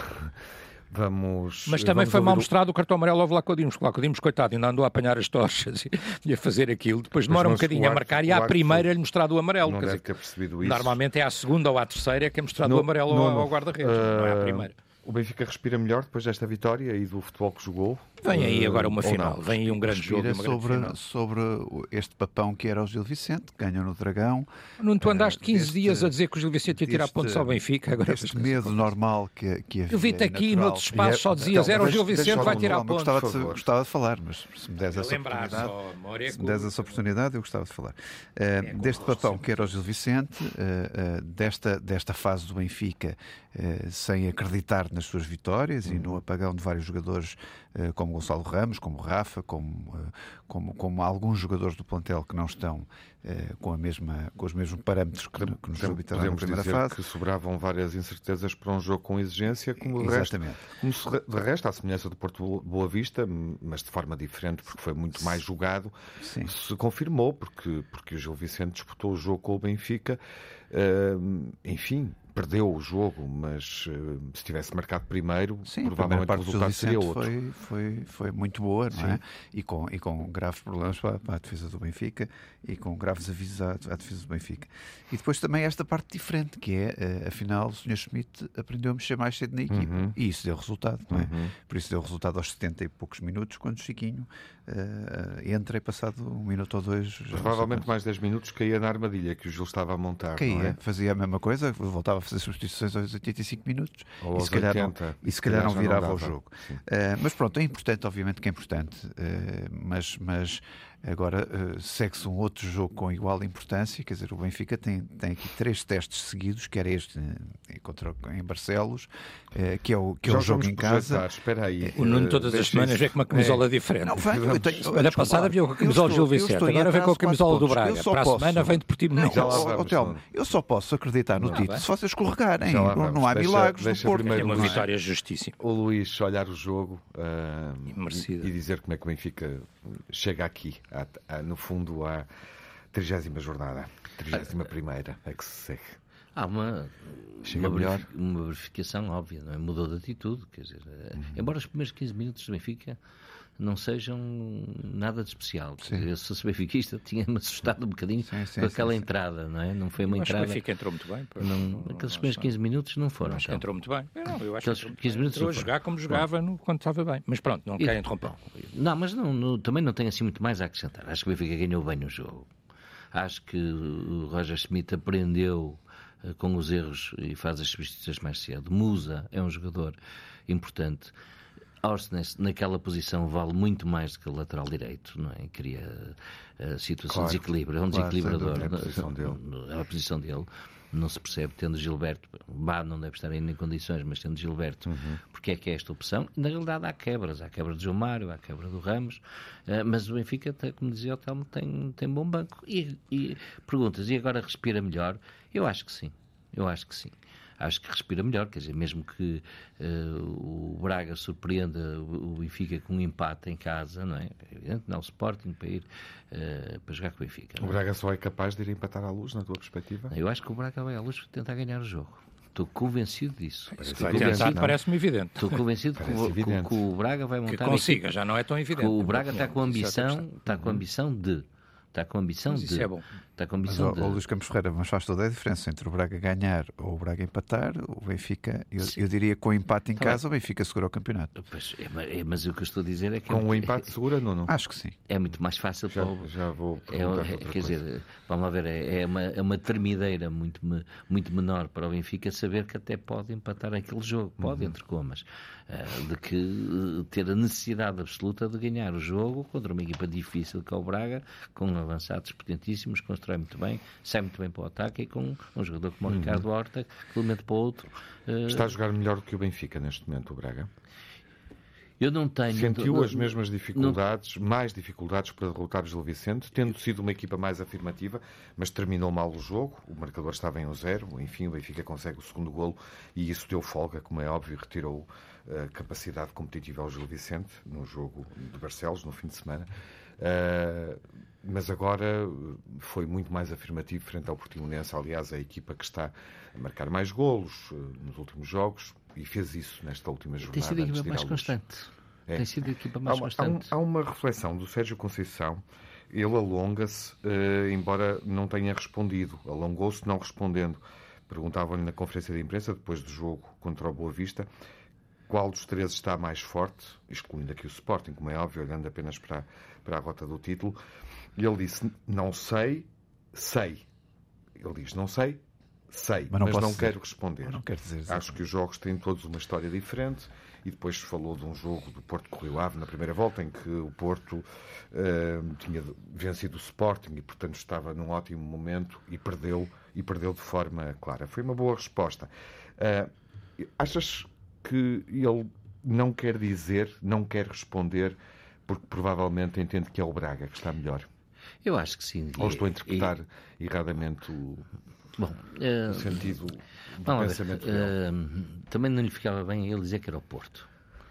Mas também foi mal mostrado o cartão amarelo ao Vlaco Dimos. O Vlaco Dimos, coitado, ainda andou a apanhar as tochas e a fazer aquilo. Depois demora um bocadinho a marcar e à primeira é-lhe mostrado o amarelo. Não deve ter percebido isso. Normalmente é à segunda ou à terceira que é mostrado o amarelo ao guarda-redes. Não é à primeira. O Benfica respira melhor depois desta vitória e do futebol que jogou? Vem aí agora uma final, vem aí um grande jogo. Sobre este papão que era o Gil Vicente, que ganhou no Dragão. Não, tu andaste 15 dias a dizer que o Gil Vicente ia tirar pontos ao Benfica. Agora este medo normal que havia. Eu vi-te aqui noutros espaços, só dizias, era o Gil Vicente vai tirar pontos. Gostava de falar, mas se me des essa oportunidade, eu gostava de falar. Deste papão que era o Gil Vicente, desta fase do Benfica, sem acreditar nas suas vitórias e no apagão de vários jogadores como Gonçalo Ramos, como Rafa, como alguns jogadores do plantel que não estão com os mesmos parâmetros que nos habitaram na primeira fase. Que sobravam várias incertezas para um jogo com exigência, como de resto, à semelhança do Porto Boa Vista, mas de forma diferente, porque foi muito mais jogado, se confirmou, porque o Gil Vicente disputou o jogo com o Benfica, enfim, perdeu o jogo, mas se tivesse marcado primeiro, provavelmente o resultado seria outro. Foi muito boa, não é? E com graves problemas para a defesa do Benfica e com graves avisos à defesa do Benfica. E depois também esta parte diferente, que é, afinal, o Sr. Schmidt aprendeu a mexer mais cedo na equipa. E isso deu resultado, não é? Por isso deu resultado aos 70 e poucos minutos, quando o Chiquinho entra e passado um minuto ou dois... Provavelmente mais 10 minutos caía na armadilha que o Gil estava a montar, não é? Fazia a mesma coisa, voltava a fazer substituições aos 85 minutos ou e se calhar não virava o jogo. Mas pronto, é importante, obviamente que é importante, mas agora segue-se um outro jogo com igual importância, quer dizer, o Benfica tem aqui 3 testes seguidos, que era este em Barcelos, que é o jogo em casa. Espera aí. O Nuno todas as semanas vê com uma camisola diferente. Semana passada veio com a camisola do Gil Vicente, agora vem com a camisola do Braga. Para a semana vem de Portimonense. Eu só posso acreditar no título se vocês escorregarem. Não há milagres no Porto. É uma vitória justíssima. O Luís olhar o jogo e dizer como é que o Benfica chega aqui, no fundo, à 30ª jornada, 31ª, é que se segue. Há uma verificação óbvia, não é? Mudou de atitude, quer dizer, embora os primeiros 15 minutos do Benfica não sejam nada de especial. Eu, se fosse benfiquista, tinha-me assustado um bocadinho com aquela entrada, não é? Não foi uma entrada... Acho que o Benfica entrou muito bem. Aqueles primeiros 15 minutos não foram. Acho que entrou muito bem. Eu acho Aqueles que 15 minutos entrou a jogar como jogava quando estava bem. Mas pronto, não quero interromper. Não, mas também não tenho assim muito mais a acrescentar. Acho que o Benfica ganhou bem no jogo. Acho que o Roger Schmidt aprendeu com os erros e faz as substituições mais cedo. Musa é um jogador importante. Orsnes, naquela posição, vale muito mais do que o lateral direito, não é? Cria situações de desequilíbrio. É um desequilibrador. É a posição dele. Não se percebe, tendo Gilberto, não deve estar ainda em condições, mas tendo Gilberto, porque é que é esta opção? Na realidade há quebras, há quebra de João Mário, há quebra do Ramos, mas o Benfica, como dizia o Telmo, tem bom banco. E perguntas, e agora respira melhor? Eu acho que sim. Acho que respira melhor, quer dizer, mesmo que o Braga surpreenda o Benfica com um empate em casa, não é? É evidente, não, o Sporting para ir para jogar com o Benfica. O Braga só é capaz de ir empatar à Luz, na tua perspectiva? Eu acho que o Braga vai à Luz para tentar ganhar o jogo. Estou convencido disso. Parece-me evidente. Estou convencido que o Braga vai montar... Que consiga, já não é tão evidente. O Braga está com a ambição de... Isso é bom. Mas, o Luís Campos Ferreira, mas faz toda a diferença entre o Braga ganhar ou o Braga empatar. O Benfica, eu diria que com o empate em casa, o Benfica segura o campeonato. Pois, mas o que eu estou a dizer é que... Com o empate segura, não? Acho que sim. É muito mais fácil para o... Já vou quer dizer, vamos lá ver, é uma tremideira muito menor para o Benfica saber que até pode empatar aquele jogo. Pode, entre comas. De que ter a necessidade absoluta de ganhar o jogo contra uma equipa difícil que é o Braga, com avançados potentíssimos, constrói muito bem, sai muito bem para o ataque, e com um jogador como o Ricardo Horta, que de um momento para o outro... Está a jogar melhor do que o Benfica neste momento, o Braga? Eu não tenho... Sentiu as mesmas dificuldades, mais dificuldades para derrotar o Gil Vicente, tendo sido uma equipa mais afirmativa, mas terminou mal o jogo, o marcador estava em 1-0, enfim, o Benfica consegue o segundo golo e isso deu folga, como é óbvio, retirou a capacidade competitiva ao Gil Vicente no jogo de Barcelos, no fim de semana. Mas agora foi muito mais afirmativo frente ao Portimonense, aliás, a equipa que está a marcar mais golos nos últimos jogos, e fez isso nesta última jornada. Tem sido a equipa mais constante. Tem sido a equipa mais constante. Há uma reflexão do Sérgio Conceição. Ele alonga-se, embora não tenha respondido. Alongou-se não respondendo. Perguntavam-lhe na conferência de imprensa, depois do jogo contra o Boa Vista, qual dos três está mais forte, excluindo aqui o Sporting, como é óbvio, olhando apenas para a rota do título. E ele disse, não sei. Ele diz, não sei, mas não quero responder. Não quero dizer. Acho que os jogos têm todos uma história diferente. E depois falou de um jogo do Porto com o Rio Ave na primeira volta, em que o Porto tinha vencido o Sporting e, portanto, estava num ótimo momento e perdeu de forma clara. Foi uma boa resposta. Achas que ele não quer dizer, não quer responder, porque provavelmente entende que é o Braga que está melhor? Eu acho que sim. Ou estou a interpretar erradamente o sentido do pensamento dele? Também não lhe ficava bem a ele dizer que era o Porto.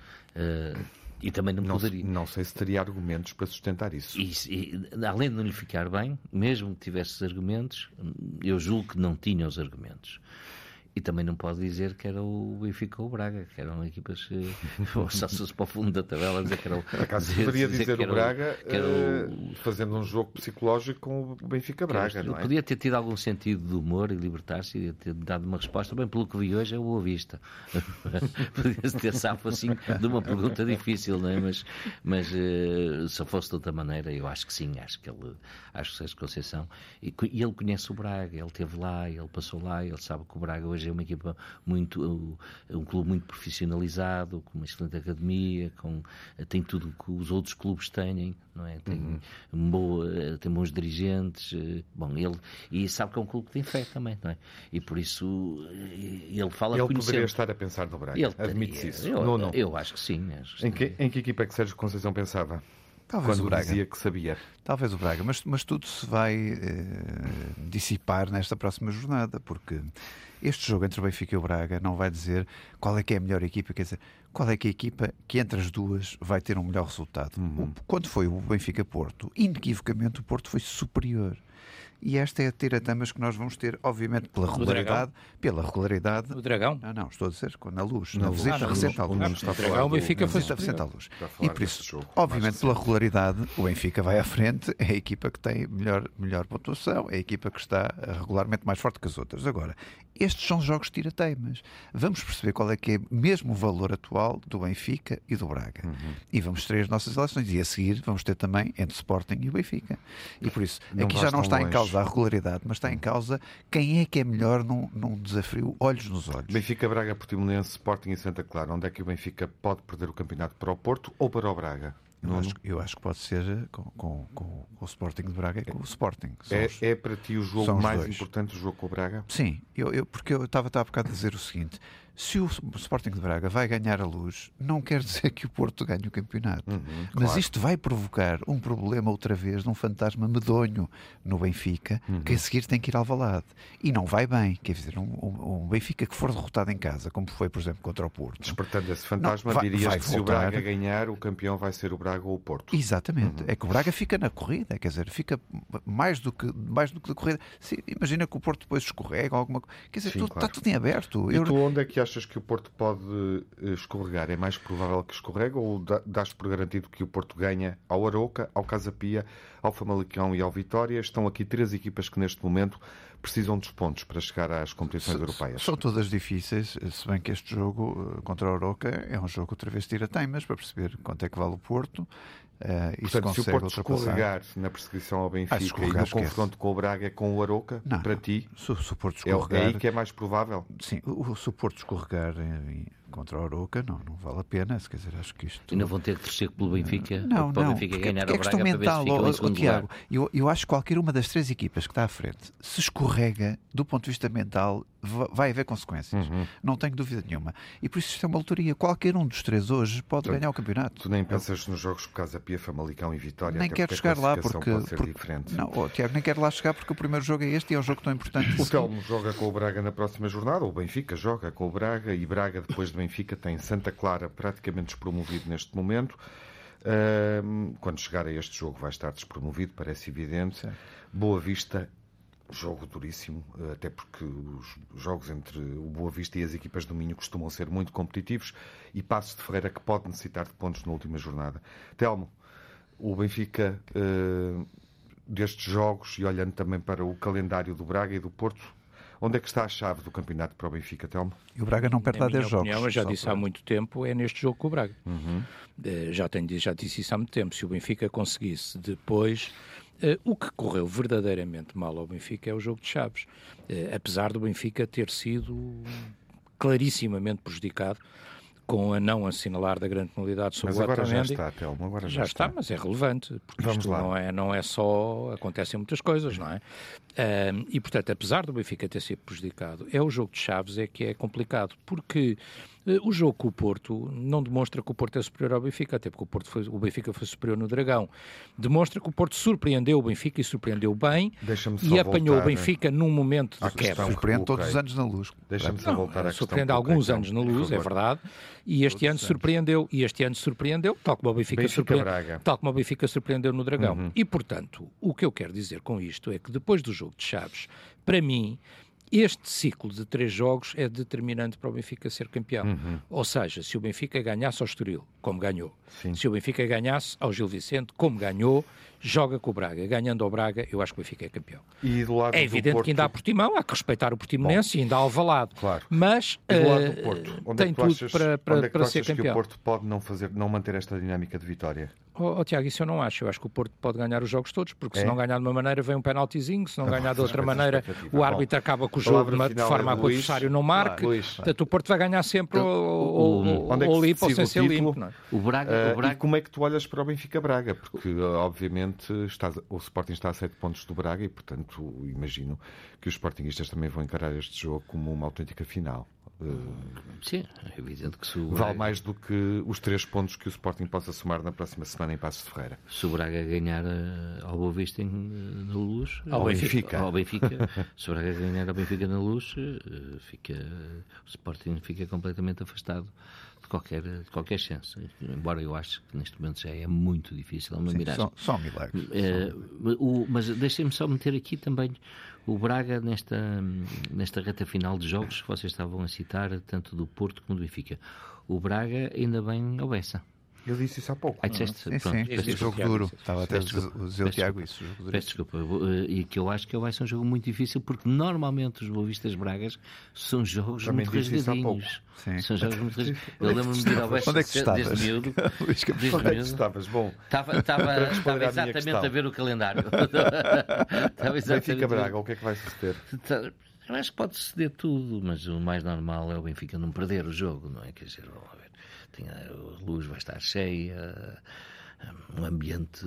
E também não poderia. Não sei se teria argumentos para sustentar isso. Além de não lhe ficar bem, mesmo que tivesse os argumentos, eu julgo que não tinha os argumentos. E também não pode dizer que era o Benfica ou o Braga, que eram equipas... só se fosse para o fundo da tabela dizer que era o... Acaso poderia dizer o Braga fazendo um jogo psicológico com o Benfica-Braga, não é? Podia ter tido algum sentido de humor e libertar-se e ter dado uma resposta. Bem, pelo que vi hoje é o Boa Vista. Podia-se ter safo assim de uma pergunta difícil, não é? Mas se fosse de outra maneira, eu acho que sim. Acho que o Sérgio Conceição... E ele conhece o Braga, ele esteve lá, ele passou lá, ele sabe que o Braga hoje é uma equipa um clube muito profissionalizado, com uma excelente academia, tem tudo o que os outros clubes têm, não é? Tem bons dirigentes, e sabe que é um clube que tem fé também, não é? E por isso ele fala conhecendo. Ele poderia estar a pensar no Braga, admite-se isso. Eu acho que sim. Em que equipa é que Sérgio Conceição pensava? Talvez quando o Braga dizia que sabia. Talvez o Braga, mas tudo se vai dissipar nesta próxima jornada, porque este jogo entre o Benfica e o Braga não vai dizer qual é que é a melhor equipa, quer dizer, qual é que é a equipa que entre as duas vai ter um melhor resultado. Quando foi o Benfica-Porto, inequivocamente o Porto foi superior. e esta é a tira-tamas que nós vamos ter, obviamente, pela regularidade. O Dragão? Não, estou a dizer, na Luz, na visita recente à Luz. O Dragão, o Benfica foi recente à Luz. E por isso, obviamente, pela regularidade, o Benfica vai à frente, é a equipa que tem melhor pontuação, é a equipa que está regularmente mais forte que as outras. Agora, estes são jogos tira-teimas. Vamos perceber qual é que é mesmo o valor atual do Benfica e do Braga. E vamos ter as nossas eleições. E a seguir vamos ter também entre o Sporting e o Benfica. E por isso, aqui já não está em causa a regularidade, mas está em causa quem é que é melhor num desafio olhos nos olhos. Benfica, Braga, Portimonense, Sporting e Santa Clara. Onde é que o Benfica pode perder o campeonato? Para o Porto ou para o Braga? Eu acho que pode ser com o Sporting de Braga e com o Sporting. É para ti o jogo mais importante, o jogo com o Braga? Sim, porque eu estava há bocado a dizer o seguinte: se o Sporting de Braga vai ganhar a Luz, não quer dizer que o Porto ganhe o campeonato. Mas isto vai provocar um problema outra vez, de um fantasma medonho no Benfica, que a seguir tem que ir ao Alvalade. E não vai bem. Quer dizer, um Benfica que for derrotado em casa, como foi, por exemplo, contra o Porto. Despertando esse fantasma, dirias que se o Braga ganhar, o campeão vai ser o Braga ou o Porto. Exatamente. É que o Braga fica na corrida, quer dizer, fica mais do que da corrida. Imagina que o Porto depois escorrega alguma coisa. Quer dizer, está tudo em aberto. E tu onde é que achas que o Porto pode escorregar? É mais provável que escorrega ou dás por garantido que o Porto ganha ao Arouca, ao Casa Pia, ao Famalicão e ao Vitória? Estão aqui 3 equipas que neste momento precisam dos pontos para chegar às competições europeias. São todas difíceis, se bem que este jogo contra o Arouca é um jogo outra vez tira-teimas para perceber quanto é que vale o Porto. Portanto, se o Porto escorregar na perseguição ao Benfica e no confronto com o Braga com o Arouca, para ti, se o Porto escorregar, é aí que é mais provável? Sim, se o Porto escorregar contra o Arouca, não vale a pena. Quer dizer, acho que isto... E não vão ter que torcer pelo Benfica? Não, para o Benfica ganhar ao Braga mental, para ver se ficam em segundo Tiago, lugar. eu acho que qualquer uma das 3 equipas que está à frente, se escorrega do ponto de vista mental, vai haver consequências. Não tenho dúvida nenhuma. E por isso isto é uma loteria. Qualquer um dos 3 hoje pode ganhar o campeonato. Tu nem pensas nos jogos por Casa Pia, Famalicão e Vitória? Nem quero chegar lá porque diferente. Não, Tiago, nem quero lá chegar porque o primeiro jogo é este e é um jogo tão importante. O Telmo joga com o Braga na próxima jornada, o Benfica joga com o Braga e Braga, depois do Benfica, tem Santa Clara praticamente despromovido neste momento. Quando chegar a este jogo vai estar despromovido, parece evidente. Sim. Boa Vista, jogo duríssimo, até porque os jogos entre o Boa Vista e as equipas do Minho costumam ser muito competitivos, e Passos de Ferreira que pode necessitar de pontos na última jornada. Telmo, o Benfica destes jogos, e olhando também para o calendário do Braga e do Porto, onde é que está a chave do campeonato para o Benfica, Telmo? E o Braga não perde há 10 jogos. Eu já disse há muito tempo, é neste jogo com o Braga. Já disse isso há muito tempo. Se o Benfica conseguisse depois... o que correu verdadeiramente mal ao Benfica é o jogo de chaves. Apesar do Benfica ter sido clarissimamente prejudicado com a não assinalar da grande penalidade sobre o Otamendi. Mas agora já está, Telmo. Agora já está, mas é relevante, porque isto não é só... Acontecem muitas coisas, não é? E, portanto, apesar do Benfica ter sido prejudicado, é o jogo de chaves é que é complicado, porque o jogo com o Porto não demonstra que o Porto é superior ao Benfica, até porque o Benfica foi superior no Dragão. Demonstra que o Porto surpreendeu o Benfica e surpreendeu bem e apanhou o Benfica num momento de quebra. Surpreende todos os anos na Luz. Deixa-me só voltar à questão. Surpreende alguns anos na Luz, é verdade, e este ano surpreendeu, tal como o Benfica surpreendeu no Dragão. E, portanto, o que eu quero dizer com isto é que depois do jogo de chaves, para mim, este ciclo de 3 jogos é determinante para o Benfica ser campeão. Ou seja, se o Benfica ganhasse ao Estoril, como ganhou, se o Benfica ganhasse ao Gil Vicente, como ganhou, joga com o Braga. Ganhando ao Braga, eu acho que o Benfica é campeão. E do lado é evidente Porto... que ainda há Portimão, há que respeitar o Portimonense e ainda há Alvalade. Claro. Mas e do lado do Porto, onde tem tudo para ser campeão. Que o Porto pode não manter esta dinâmica de vitória? Tiago, isso eu não acho. Eu acho que o Porto pode ganhar os jogos todos, porque se não ganhar de uma maneira vem um penaltizinho, se não ganhar de outra maneira o árbitro acaba com o jogo de forma a que o adversário não marque. Portanto, o Porto vai ganhar sempre ou limpo ou sem ser limpo. O Braga... E como é que tu olhas para o Benfica-Braga? Porque, obviamente, o Sporting está a 7 pontos do Braga e, portanto, imagino que os sportinguistas também vão encarar este jogo como uma autêntica final. Sim, é evidente que vale mais do que os 3 pontos que o Sporting possa somar na próxima semana em Passos de Ferreira. Se o Braga ganhar ao Boa Vista na Luz, ao Benfica. Se o Braga ganhar ao Benfica na Luz, o Sporting fica completamente afastado de qualquer chance. Embora eu acho que neste momento já é muito difícil, é uma miragem. Só um milagre. Mas deixem-me só meter aqui também o Braga nesta reta final de jogos que vocês estavam a citar, tanto do Porto como do Benfica. O Braga ainda bem ao Bessa. Eu disse isso há pouco. Disseste? Sim, esse jogo duro. Estava até a dizer o Tiago isso. Peço desculpa. E que eu acho que vai ser um jogo muito difícil, porque normalmente os Boa Vistas Bragas são jogos muito rasgadinhos. São jogos muito rasgadinhos. Eu lembro-me de ir ao Bessa desde miúdo. Onde é que estavas? Bom, estava exatamente a ver o calendário. Benfica Braga, o que é que vai suceder? Eu acho que pode suceder tudo, mas o mais normal é o Benfica não perder o jogo, não é? Quer dizer, a luz vai estar cheia, um ambiente,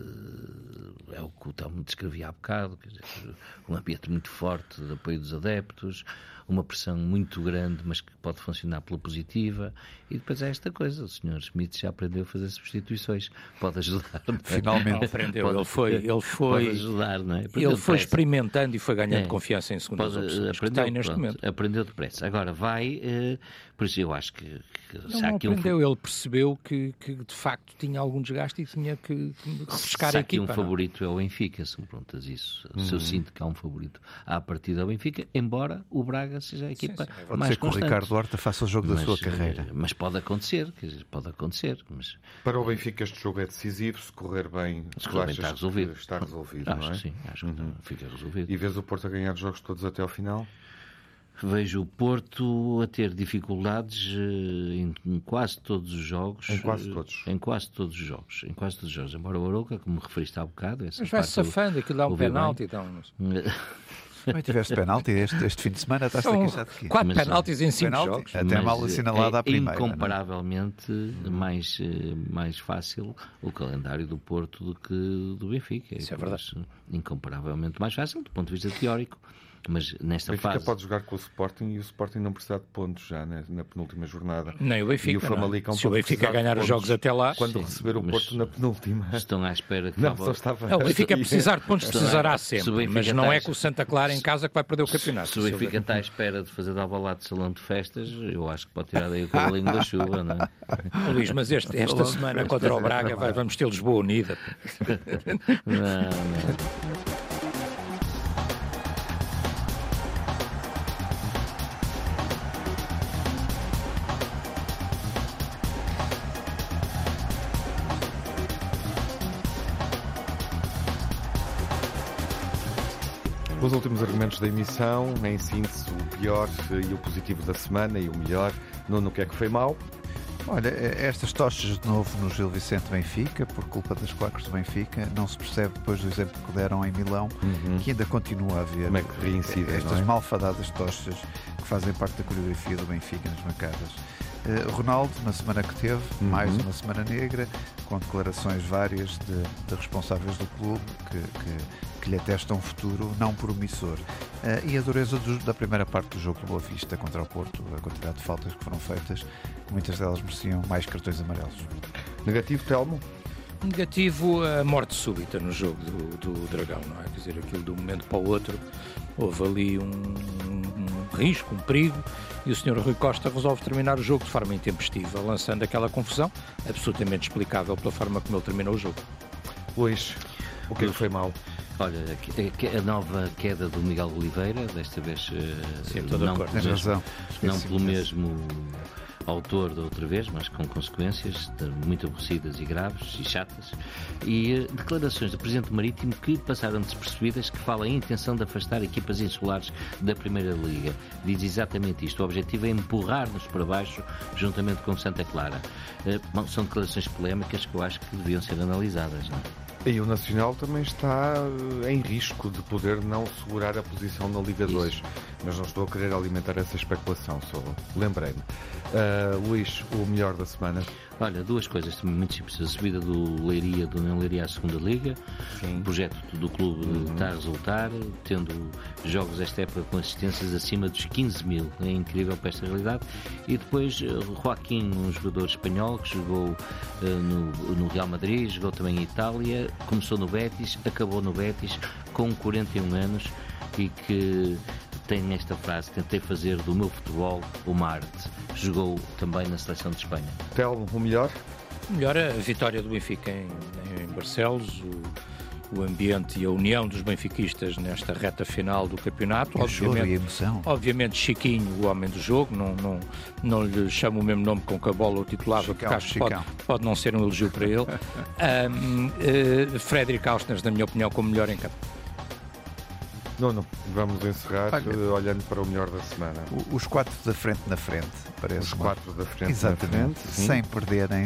é o que o Telmo descrevia há bocado, quer dizer, um ambiente muito forte de apoio dos adeptos, uma pressão muito grande, mas que pode funcionar pela positiva, e depois é esta coisa, o Sr. Schmidt já aprendeu a fazer substituições, pode ajudar. Não é? Finalmente aprendeu, ele foi pode ajudar, não é? Ele foi experimentando e foi ganhando confiança em segundas opções, que tem neste momento. Aprendeu depressa. Agora vai, por isso eu acho que ele não aprendeu, ele percebeu que de facto tinha algum desgaste e tinha que refrescar a equipa. Um favorito é o Benfica, se me perguntas isso. Se eu sinto que há um favorito à partida ao Benfica, embora o Braga seja a equipa mais constante. Pode ser que o Ricardo Horta faça o jogo da sua carreira. Mas pode acontecer, quer dizer, pode acontecer. Mas... Para o Benfica este jogo é decisivo, se correr bem, está resolvido. Está resolvido, acho não é? Que sim, acho que fica resolvido. E vês o Porto a ganhar os jogos todos até ao final? Vejo o Porto a ter dificuldades em quase todos os jogos. Em quase todos? Em quase todos os jogos. Em quase todos os jogos. Embora o Arouca, como me referiste há bocado... Mas vai-se safando, aquilo dá um penalti. Também tiveste penalti este fim de semana, estás a queixar de quê? 4 penaltis em 5 jogos. Até mal assinalado à primeira. É incomparavelmente mais fácil o calendário do Porto do que do Benfica. Isso é verdade. Incomparavelmente mais fácil do ponto de vista teórico. Mas nesta Benfica fase... pode jogar com o Sporting e o Sporting não precisar de pontos já na penúltima jornada. Nem o Benfica. E o Famalicão se o Benfica ganhar os jogos até lá... Quando receber o Porto na penúltima... Estão à espera que... O Benfica precisar de pontos, precisará sempre. Mas não é com o Santa Clara em casa que vai perder o campeonato. Se o Benfica está à espera de fazer de Alvalade de salão de festas, eu acho que pode tirar daí o cavalinho da chuva, não é? Luís, mas esta semana contra o Braga vamos ter Lisboa unida. Não. Os últimos argumentos da emissão, em síntese, o pior e o positivo da semana e o melhor. Nuno, o que é que foi mal? Olha, estas tochas de novo no Gil Vicente Benfica, por culpa das claques do Benfica, não se percebe depois do exemplo que deram em Milão, que ainda continua a haver como é que reincidem, estas malfadadas tochas que fazem parte da coreografia do Benfica nas bancadas. Ronaldo, na semana que teve, mais uma semana negra, com declarações várias de responsáveis do clube que lhe atestam um futuro não promissor. E a dureza da primeira parte do jogo do Boa Vista contra o Porto, a quantidade de faltas que foram feitas, muitas delas mereciam mais cartões amarelos. Negativo, Telmo? Negativo, a morte súbita no jogo do Dragão, não é? Quer dizer, aquilo de um momento para o outro, houve ali um risco, um perigo, e o Sr. Rui Costa resolve terminar o jogo de forma intempestiva, lançando aquela confusão, absolutamente explicável pela forma como ele terminou o jogo. Luís, o que foi mal? Olha, a nova queda do Miguel Oliveira, desta vez não pelo mesmo autor da outra vez, mas com consequências muito aborrecidas e graves e chatas, e declarações do Presidente Marítimo que passaram despercebidas, que fala em intenção de afastar equipas insulares da Primeira Liga. Diz exatamente isto: o objetivo é empurrar-nos para baixo juntamente com Santa Clara. São declarações polémicas que eu acho que deviam ser analisadas, não é? E o Nacional também está em risco de poder não segurar a posição na Liga 2. Mas não estou a querer alimentar essa especulação, só lembrei-me. Luís, o melhor da semana? Olha, duas coisas também muito simples. A subida do Leiria, do União Leiria à segunda Liga. Sim. O projeto do clube está a resultar, tendo jogos esta época com assistências acima dos 15 mil. É incrível para esta realidade. E depois Joaquim, um jogador espanhol que jogou no Real Madrid, jogou também em Itália, começou no Betis, acabou no Betis com 41 anos e que tem esta frase: tentei fazer do meu futebol uma arte. jogou também na seleção de Espanha. Telmo, o melhor? O melhor é a vitória do Benfica em Barcelos, o ambiente e a união dos benfiquistas nesta reta final do campeonato. Obviamente, e a emoção. Obviamente Chiquinho, o homem do jogo, não lhe chamo o mesmo nome com que a bola o titulava, porque acho que pode não ser um elogio para ele. Fredrik Austner, na minha opinião, como melhor em campo. Não. Vamos encerrar olhando para o melhor da semana. Os 4 da frente na frente, parece. Os 4 da frente Exatamente, na frente. Sem perderem,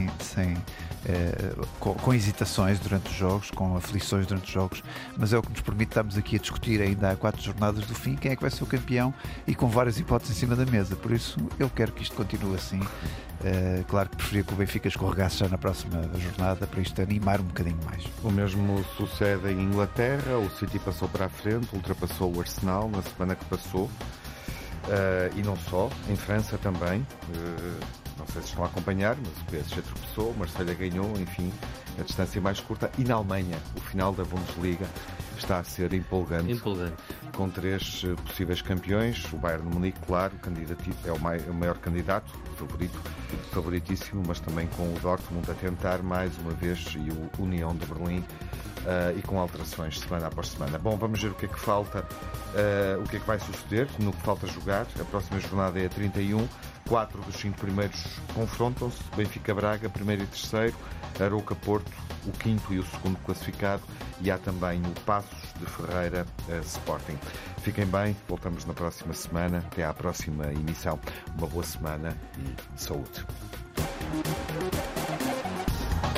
com hesitações durante os jogos, com aflições durante os jogos, mas é o que nos permite estarmos aqui a discutir ainda há 4 jornadas do fim quem é que vai ser o campeão e com várias hipóteses em cima da mesa. Por isso, eu quero que isto continue assim. Claro que preferia que o Benfica escorregasse já na próxima jornada para isto animar um bocadinho mais. O mesmo sucede em Inglaterra. O City passou para a frente, ultrapassou o Arsenal na semana que passou. E não só, em França também. Não sei se estão a acompanhar, mas o PSG tropeçou, o Marselha ganhou, enfim, a distância mais curta. E na Alemanha, o final da Bundesliga está a ser empolgante. Com 3 possíveis campeões. O Bayern de Munique, claro, é o maior candidato, favoritíssimo, mas também com o Dortmund a tentar mais uma vez, e o União de Berlim, e com alterações semana após semana. Bom, vamos ver o que é que falta, o que é que vai suceder no que falta jogar. A próxima jornada é a 31. 4 dos 5 primeiros confrontam-se: Benfica-Braga, primeiro e terceiro, Arouca-Porto, o quinto e o segundo classificado, e há também o Passos de Ferreira Sporting. Fiquem bem, voltamos na próxima semana. Até à próxima emissão. Uma boa semana e saúde.